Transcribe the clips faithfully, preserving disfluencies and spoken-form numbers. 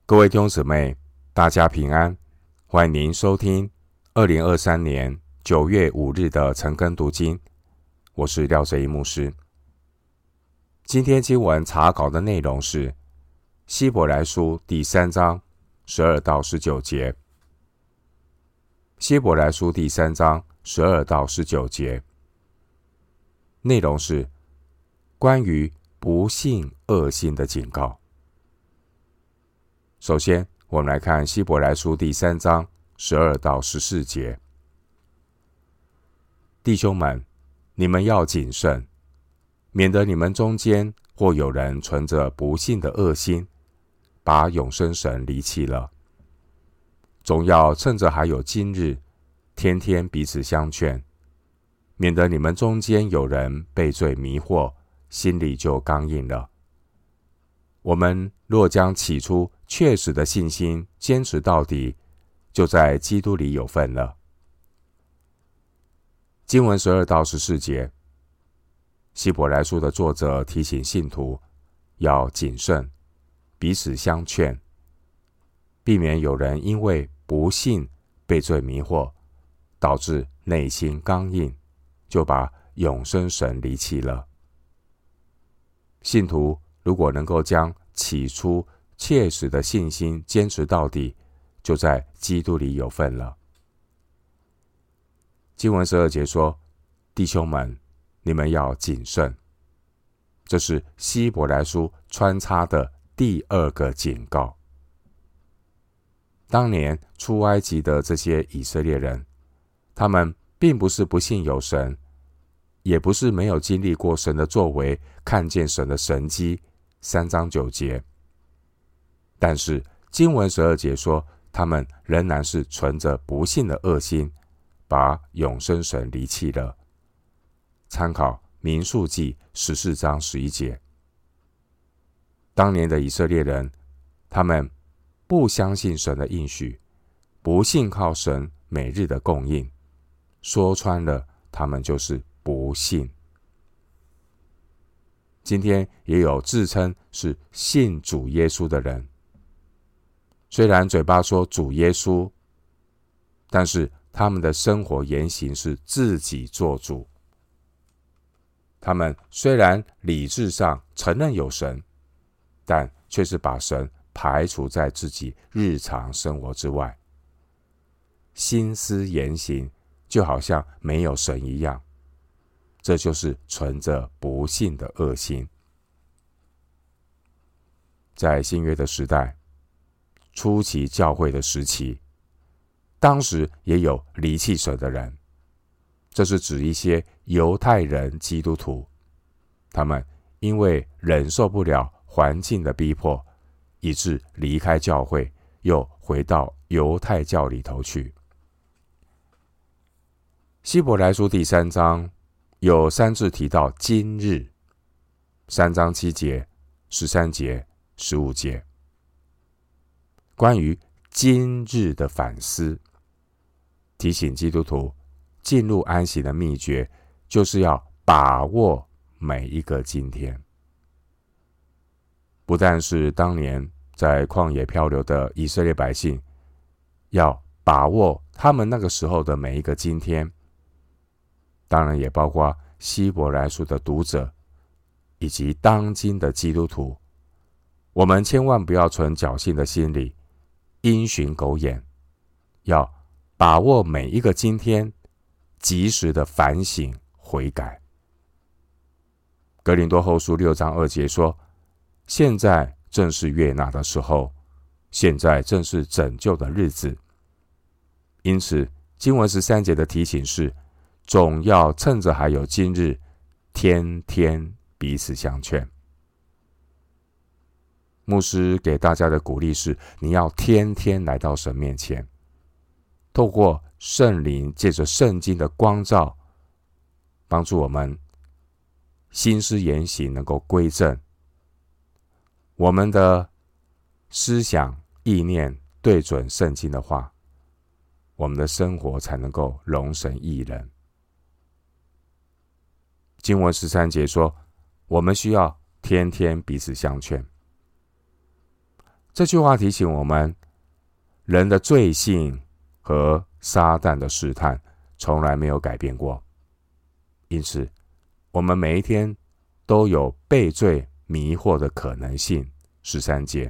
各位弟兄姊妹，大家平安，欢迎您收听二零二三年九月五日的晨更读经。我是廖哲一牧师。今天经文查考的内容是希伯来书第三章十二到十九节。希伯来书第三章十二到十九节，内容是关于不信恶心的警告。首先，我们来看希伯来书第三章十二到十四节。弟兄们，你们要谨慎，免得你们中间或有人存着不信的恶心，把永生神离弃了。总要趁着还有今日，天天彼此相劝，免得你们中间有人被罪迷惑，心里就刚硬了。我们若将起初确实的信心坚持到底，就在基督里有份了。经文十二到十四节，希伯来书的作者提醒信徒要谨慎，彼此相劝，避免有人因为不信被罪迷惑，导致内心刚硬，就把永生神离弃了。信徒如果能够将起初切实的信心坚持到底，就在基督里有份了。经文十二节说：弟兄们，你们要谨慎。这是希伯来书穿插的第二个警告。当年出埃及的这些以色列人，他们并不是不信有神，也不是没有经历过神的作为，看见神的神迹，三章九节。但是经文十二节说，他们仍然是存着不信的恶心，把永生神离弃了。参考民数记十四章十一节。当年的以色列人，他们不相信神的应许，不信靠神每日的供应，说穿了，他们就是不信。今天也有自称是信主耶稣的人，虽然嘴巴说主耶稣，但是他们的生活言行是自己做主。他们虽然理智上承认有神，但却是把神排除在自己日常生活之外，心思言行就好像没有神一样。这就是存着不信的恶心。在新约的时代，初期教会的时期，当时也有离弃神的人，这是指一些犹太人基督徒，他们因为忍受不了环境的逼迫，以致离开教会，又回到犹太教里头去。希伯来书第三章有三次提到今日，三章七节、十三节、十五节，关于今日的反思，提醒基督徒进入安息的秘诀，就是要把握每一个今天。不但是当年在旷野漂流的以色列百姓，要把握他们那个时候的每一个今天，当然也包括希伯来书的读者以及当今的基督徒。我们千万不要存侥幸的心理，因循苟延，要把握每一个今天，及时的反省悔改。哥林多后书六章二节说：现在正是悦纳的时候，现在正是拯救的日子。因此经文十三节的提醒是，总要趁着还有今日，天天彼此相劝。牧师给大家的鼓励是，你要天天来到神面前，透过圣灵借着圣经的光照，帮助我们心思言行能够归正，我们的思想意念对准圣经的话，我们的生活才能够容神益人。经文十三节说，我们需要天天彼此相劝。 这句话提醒我们，人的罪性和撒旦的试探从来没有改变过，因此我们每一天都有被罪迷惑的可能性。十三节，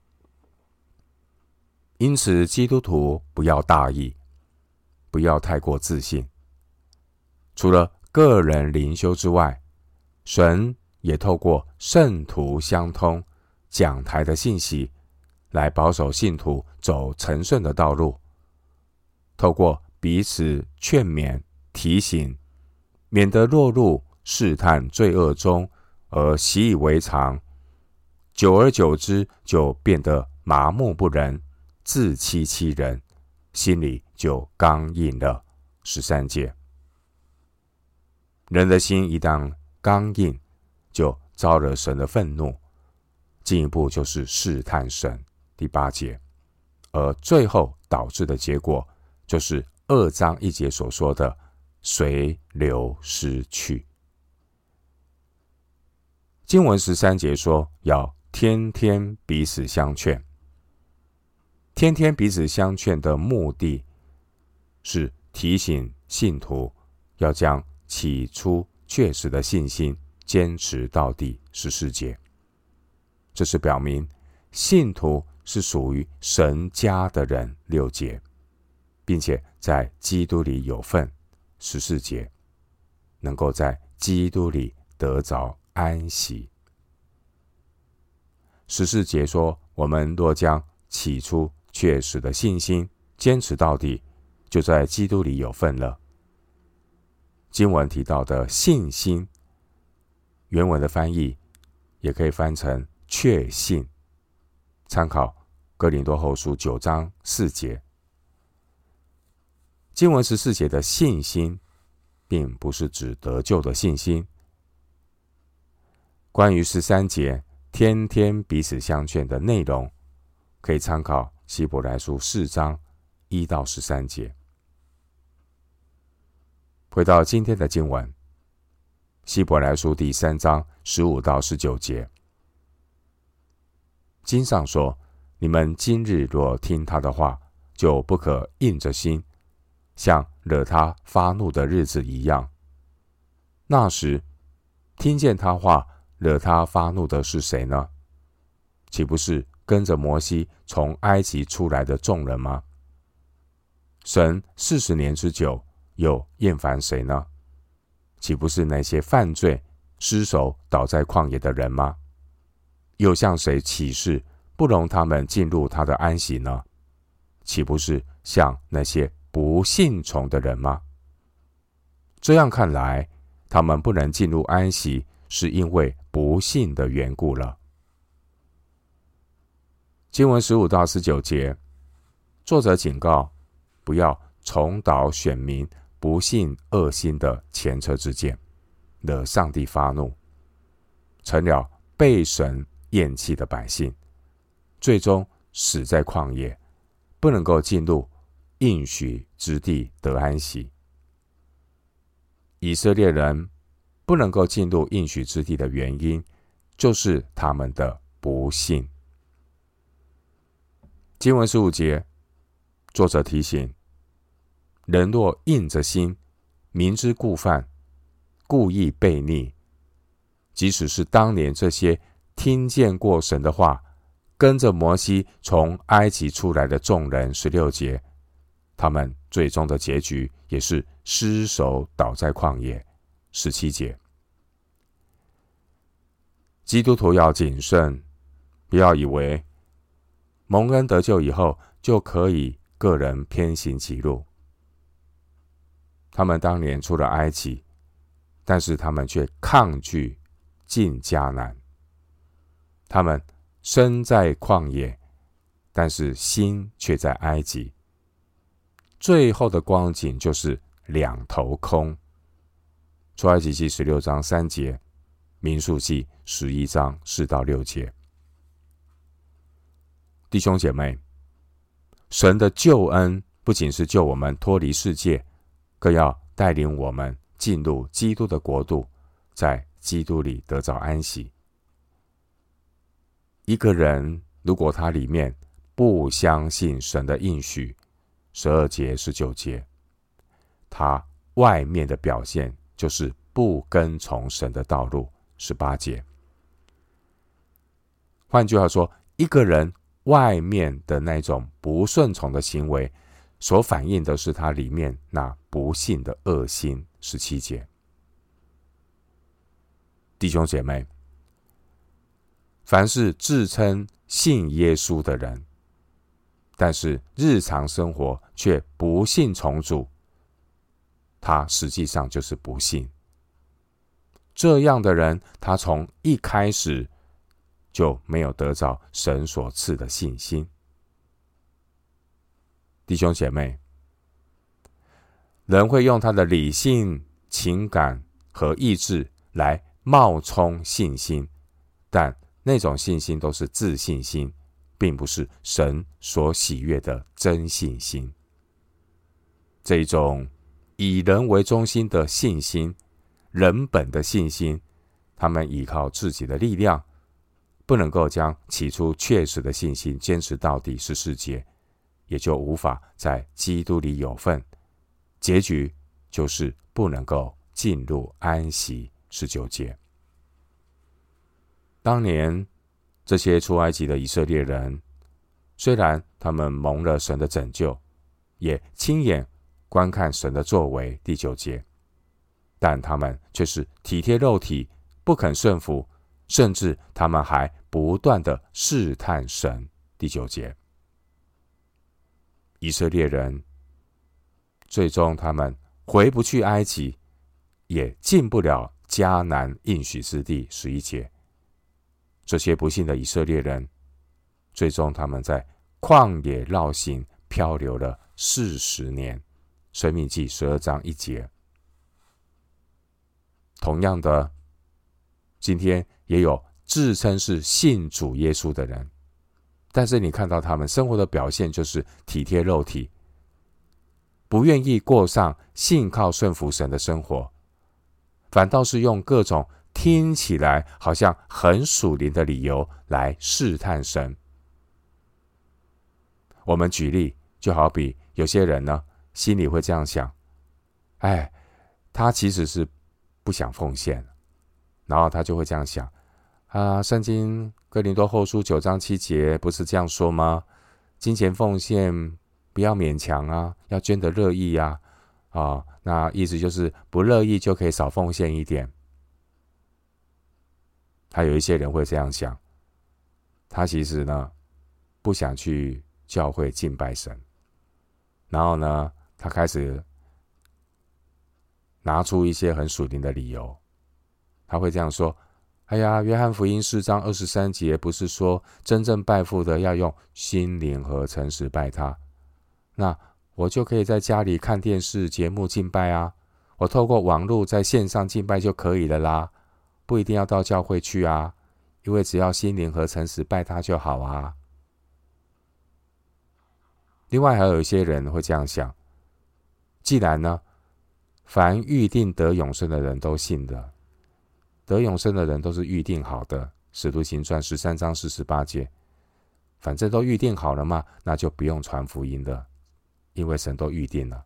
因此基督徒不要大意，不要太过自信。除了个人灵修之外，神也透过圣徒相通讲台的信息来保守信徒走成圣的道路，透过彼此劝勉提醒，免得落入试探罪恶中而习以为常，久而久之就变得麻木不仁，自欺欺人，心里就刚硬了。十三节，人的心一旦刚硬，就招惹神的愤怒，进一步就是试探神。第八节，而最后导致的结果就是二章一节所说的随流失去。经文十三节说，要天天彼此相劝。天天彼此相劝的目的是提醒信徒要将起初确实的信心坚持到底。十四节，这是表明信徒是属于神家的人。六节，并且在基督里有份。十四节，能够在基督里得着安息。十四节说，我们若将起初确实的信心坚持到底，就在基督里有份了。经文提到的信心，原文的翻译也可以翻成确信，参考哥林多后书九章四节。经文十四节的信心并不是指得救的信心。关于十三节天天彼此相劝的内容，可以参考希伯来书四章一到十三节。回到今天的经文，希伯来书第三章十五到十九节，经上说，你们今日若听他的话，就不可硬着心，像惹他发怒的日子一样。那时听见他话惹他发怒的是谁呢？岂不是跟着摩西从埃及出来的众人吗？神四十年之久，又厌烦谁呢？岂不是那些犯罪失手倒在旷野的人吗？又向谁起誓不容他们进入他的安息呢？岂不是像那些不信从的人吗？这样看来，他们不能进入安息，是因为不信的缘故了。经文十五到十九节，作者警告，不要重蹈选民不信恶心的前车之鉴，惹上帝发怒，成了被神厌弃的百姓，最终死在旷野，不能够进入应许之地得安息。以色列人不能够进入应许之地的原因，就是他们的不信。经文十五节，作者提醒，人若硬着心，明知故犯，故意悖逆，即使是当年这些听见过神的话，跟着摩西从埃及出来的众人，十六节，他们最终的结局也是失手倒在旷野。十七节，基督徒要谨慎，不要以为蒙恩得救以后就可以个人偏行己路。他们当年出了埃及，但是他们却抗拒进迦南。他们身在旷野，但是心却在埃及。最后的光景就是两头空。出埃及记十六章三节，民数记十一章四到六节。弟兄姐妹，神的救恩不仅是救我们脱离世界，更要带领我们进入基督的国度，在基督里得着安息。一个人如果他里面不相信神的应许，十二节、十九节，他外面的表现就是不跟从神的道路，十八节。换句话说，一个人外面的那种不顺从的行为，所反映的是他里面那不信的恶心，十七节。弟兄姐妹，凡是自称信耶稣的人，但是日常生活却不信从主，他实际上就是不信。这样的人，他从一开始就没有得着神所赐的信心。弟兄姐妹，人会用他的理性、情感和意志来冒充信心，但那种信心都是自信心，并不是神所喜悦的真信心。这一种以人为中心的信心，人本的信心，他们依靠自己的力量，不能够将起初确实的信心坚持到第十四节，也就无法在基督里有份，结局就是不能够进入安息，十九节。当年这些出埃及的以色列人，虽然他们蒙了神的拯救，也亲眼观看神的作为，第九节，但他们却是体贴肉体，不肯顺服，甚至他们还不断的试探神，第九节。以色列人最终他们回不去埃及，也进不了迦南应许之地，十一节。这些不幸的以色列人，最终他们在旷野绕行漂流了四十年，申命记十二章一节。同样的，今天也有自称是信主耶稣的人，但是你看到他们生活的表现就是体贴肉体，不愿意过上信靠顺服神的生活，反倒是用各种听起来好像很属灵的理由来试探神。我们举例，就好比有些人呢，心里会这样想，哎，他其实是不想奉献，然后他就会这样想啊，圣经哥林多后书九章七节不是这样说吗？金钱奉献不要勉强啊，要捐得乐意啊，啊，那意思就是不乐意就可以少奉献一点。还有一些人会这样想，他其实呢不想去教会敬拜神，然后呢他开始拿出一些很属灵的理由，他会这样说，哎呀，约翰福音四章二十三节不是说真正拜父的要用心灵和诚实拜他，那我就可以在家里看电视节目敬拜啊，我透过网络在线上敬拜就可以了啦，不一定要到教会去啊，因为只要心灵和诚实拜他就好啊。另外还有一些人会这样想，既然呢凡预定得永生的人都信的，得永生的人都是预定好的，使徒行传十三章四十八节，反正都预定好了嘛，那就不用传福音的，因为神都预定了。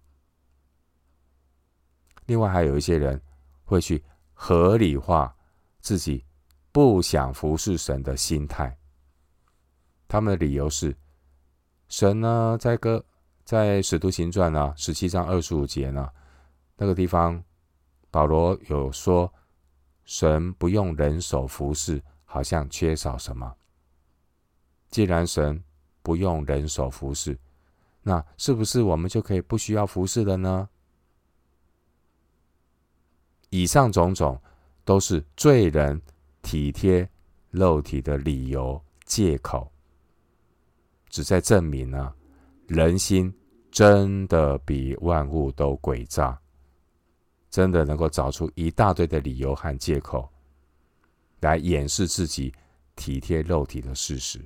另外还有一些人会去合理化自己不想服侍神的心态，他们的理由是，神呢在个在使徒行传呢十七章二十五节呢，那个地方保罗有说，神不用人手服侍，好像缺少什么。既然神不用人手服侍，那是不是我们就可以不需要服侍了呢？以上种种都是罪人体贴肉体的理由借口，只在证明呢，人心真的比万物都诡诈，真的能够找出一大堆的理由和借口来掩饰自己体贴肉体的事实。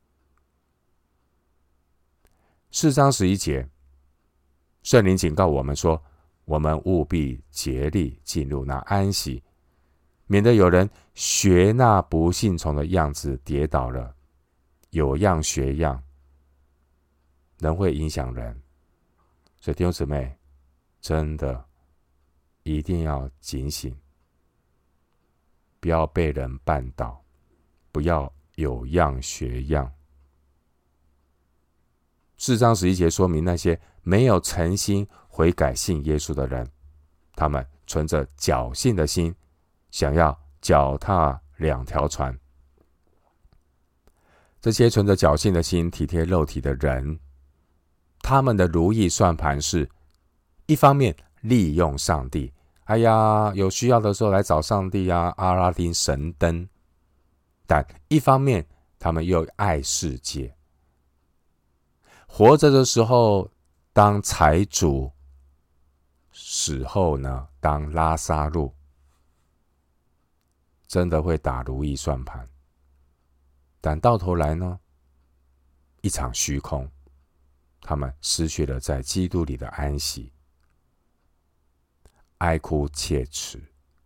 四章十一节，圣灵警告我们说，我们务必竭力进入那安息，免得有人学那不信从的样子跌倒了。 有样学样，人会影响人。所以弟兄姊妹，真的一定要警醒，不要被人绊倒，不要有样学样。四章十一节说明，那些没有诚心悔改信耶稣的人，他们存着侥幸的心，想要脚踏两条船。这些存着侥幸的心、体贴肉体的人，他们的如意算盘是：一方面利用上帝，哎呀，有需要的时候来找上帝啊，阿拉丁神灯；但一方面，他们又爱世界，活着的时候当财主，死后呢当拉撒路，真的会打如意算盘。但到头来呢，一场虚空，他们失去了在基督里的安息，哀哭切齿。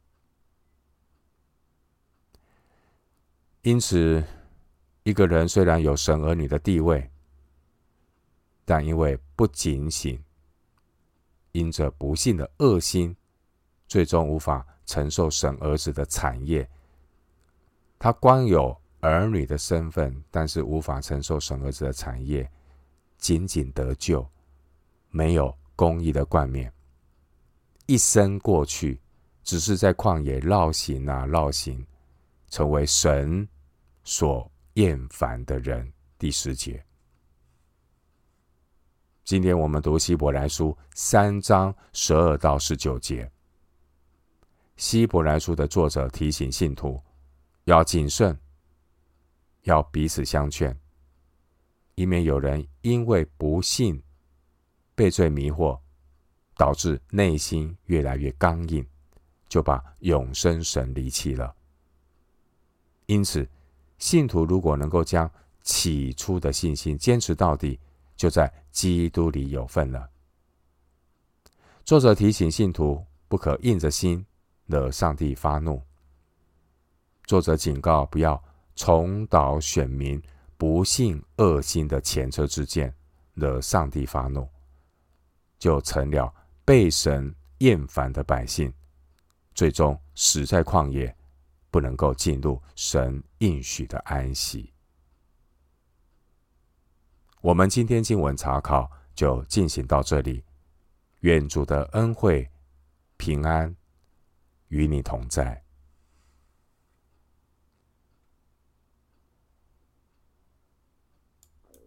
因此，一个人虽然有神儿女的地位，但因为不警醒，因着不幸的恶心，最终无法承受神儿子的产业。他光有儿女的身份，但是无法承受神儿子的产业，仅仅得救，没有公义的冠冕，一生过去，只是在旷野绕行啊绕行，成为神所厌烦的人。第十节，今天我们读希伯来书三章十二到十九节。希伯来书的作者提醒信徒要谨慎，要彼此相劝，以免有人因为不信被罪迷惑，导致内心越来越刚硬，就把永生神离弃了。因此，信徒如果能够将起初的信心坚持到底，就在基督里有份了。作者提醒信徒不可硬着心惹上帝发怒。作者警告不要重蹈选民不信恶心的前车之鉴，惹上帝发怒，就成了被神厌烦的百姓，最终死在旷野，不能够进入神应许的安息。我们今天经文查考就进行到这里，愿主的恩惠平安与你同在。